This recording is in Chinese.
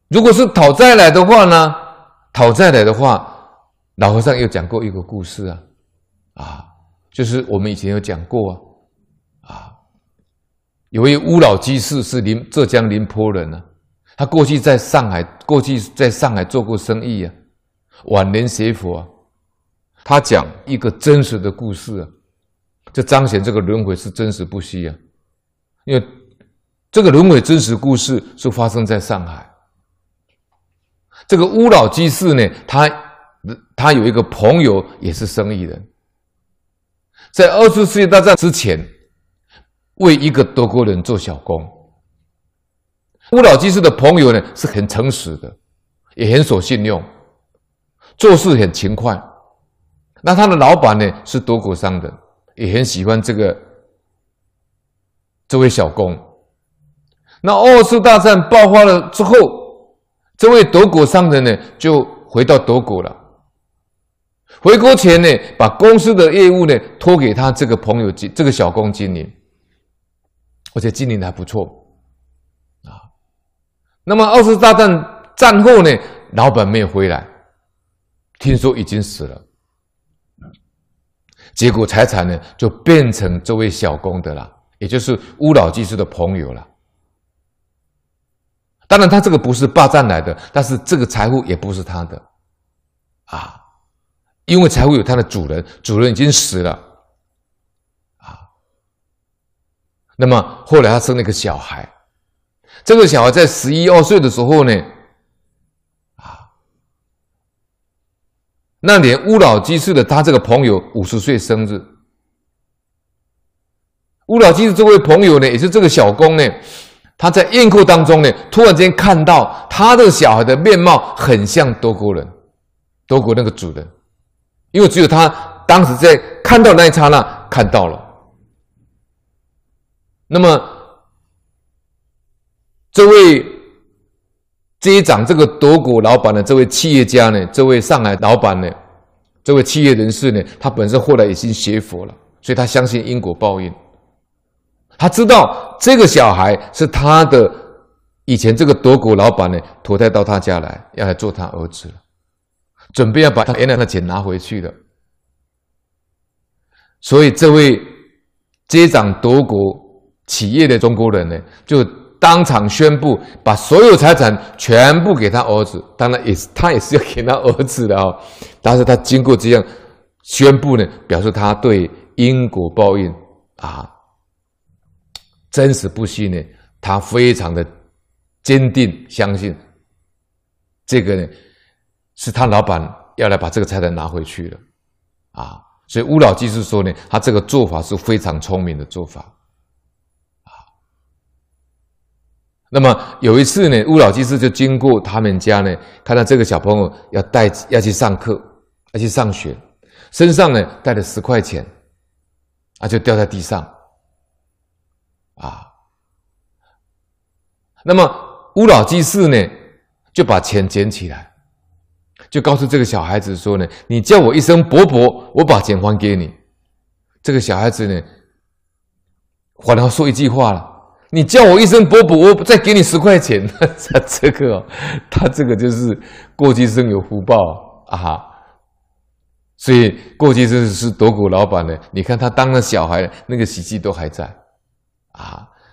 如果是讨债来的话呢？讨债来的话，老和尚有讲过一个故事就是我们以前有讲过有位乌老居士是浙江宁波人他过去在上海做过生意晚年学佛他讲一个真实的故事就彰显这个轮回是真实不虚因为这个轮回真实故事是发生在上海。这个乌老居士呢，他有一个朋友也是生意人，在二次世界大战之前，为一个德国人做小工。乌老居士的朋友呢是很诚实的，也很守信用，做事很勤快。那他的老板呢是德国商人，也很喜欢这位小工。那二次大战爆发了之后，这位德国商人呢就回到德国了。回国前呢，把公司的业务呢托给他这个朋友这个小工经营，而且经营得还不错那么二次大战战后呢，老板没有回来，听说已经死了。结果财产呢就变成这位小工的了，也就是乌老居士的朋友了。当然他这个不是霸占来的，但是这个财富也不是他的因为财富有他的主人，主人已经死了那么后来他生了一个小孩，这个小孩在11、12岁的时候呢那年乌老居士的他这个朋友50岁生日。乌老居士这位朋友呢，也是这个小工呢，他在宴客当中呢，突然间看到他的小孩的面貌很像德国人，德国那个主人，因为只有他当时在看到那一刹那看到了。那么这位接掌这个德国老板的这位企业家呢，这位上海老板呢，这位企业人士呢，他本身后来已经学佛了，所以他相信因果报应。他知道这个小孩是他的以前这个德国老板呢投胎到他家来，要来做他儿子了，准备要把他原来的钱拿回去了。所以这位接掌德国企业的中国人呢，就当场宣布把所有财产全部给他儿子，当然他也是要给他儿子的但是他经过这样宣布呢，表示他对因果报应真实不虚呢，他非常的坚定相信这个呢是他老板要来把这个财产拿回去了所以乌老居士说呢，他这个做法是非常聪明的做法那么有一次呢，乌老居士就经过他们家呢，看到这个小朋友要去上课，要去上学，身上呢带了10块钱就掉在地上那么乌老居士呢就把钱捡起来，就告诉这个小孩子说呢，你叫我一声伯伯，我把钱还给你。这个小孩子呢反而说一句话了，你叫我一声伯伯，我再给你10块钱。他这个就是过去生有福报所以过去生是德国老板呢，你看他当了小孩，那个喜气都还在